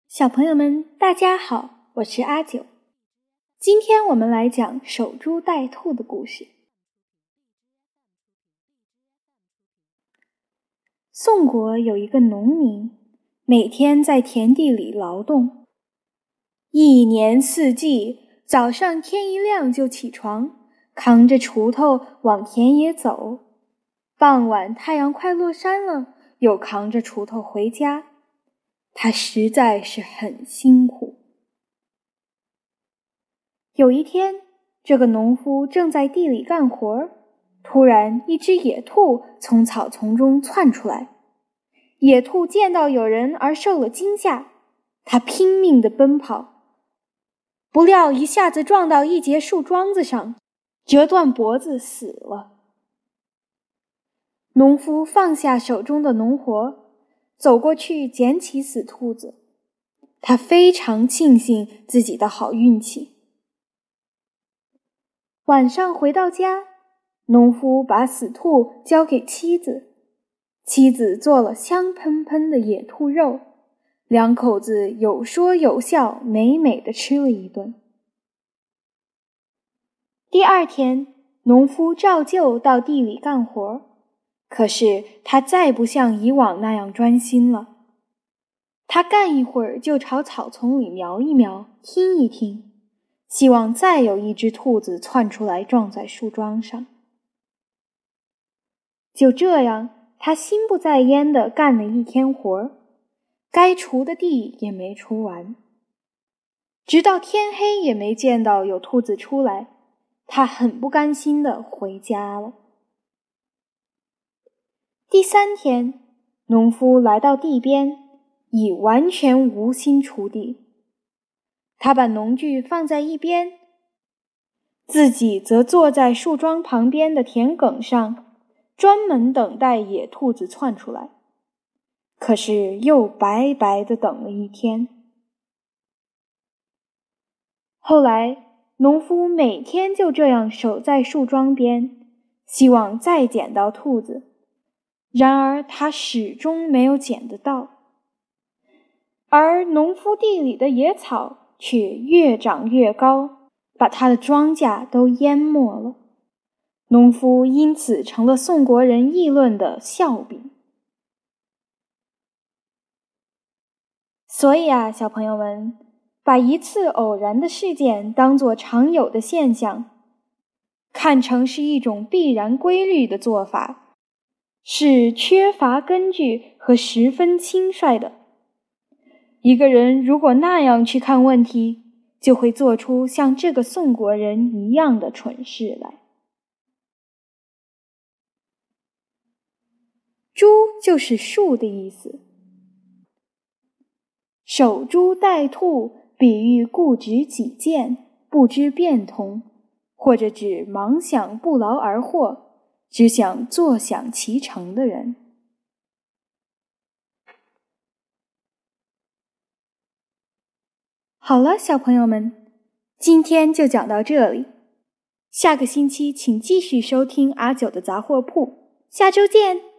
小朋友们，大家好，我是阿九。今天我们来讲守株待兔的故事。宋国有一个农民，每天在田地里劳动，一年四季，早上天一亮就起床，扛着锄头往田野走，傍晚太阳快落山了，又扛着锄头回家。他实在是很辛苦。有一天，这个农夫正在地里干活，突然一只野兔从草丛中窜出来。野兔见到有人而受了惊吓，它拼命地奔跑，不料一下子撞到一节树桩子上，折断脖子死了。农夫放下手中的农活，走过去捡起死兔子，他非常庆幸自己的好运气。晚上回到家，农夫把死兔交给妻子，妻子做了香喷喷的野兔肉，两口子有说有笑，美美地吃了一顿。第二天，农夫照旧到地里干活，可是他再不像以往那样专心了。他干一会儿就朝草丛里瞄一瞄，听一听，希望再有一只兔子窜出来撞在树桩上。就这样，他心不在焉地干了一天活，该锄的地也没锄完。直到天黑也没见到有兔子出来，他很不甘心地回家了。第三天，农夫来到地边，已完全无心锄地。他把农具放在一边，自己则坐在树桩旁边的田埂上，专门等待野兔子窜出来。可是又白白地等了一天。后来，农夫每天就这样守在树桩边，希望再捡到兔子。然而他始终没有捡得到，而农夫地里的野草却越长越高，把他的庄稼都淹没了。农夫因此成了宋国人议论的笑柄。所以啊，小朋友们，把一次偶然的事件当作常有的现象，看成是一种必然规律的做法，是缺乏根据和十分轻率的。一个人如果那样去看问题，就会做出像这个宋国人一样的蠢事来。株就是树的意思，守株待兔比喻固执己见，不知变通，或者指盲想不劳而获，只想坐享其成的人。好了，小朋友们，今天就讲到这里。下个星期请继续收听阿九的杂货铺，下周见。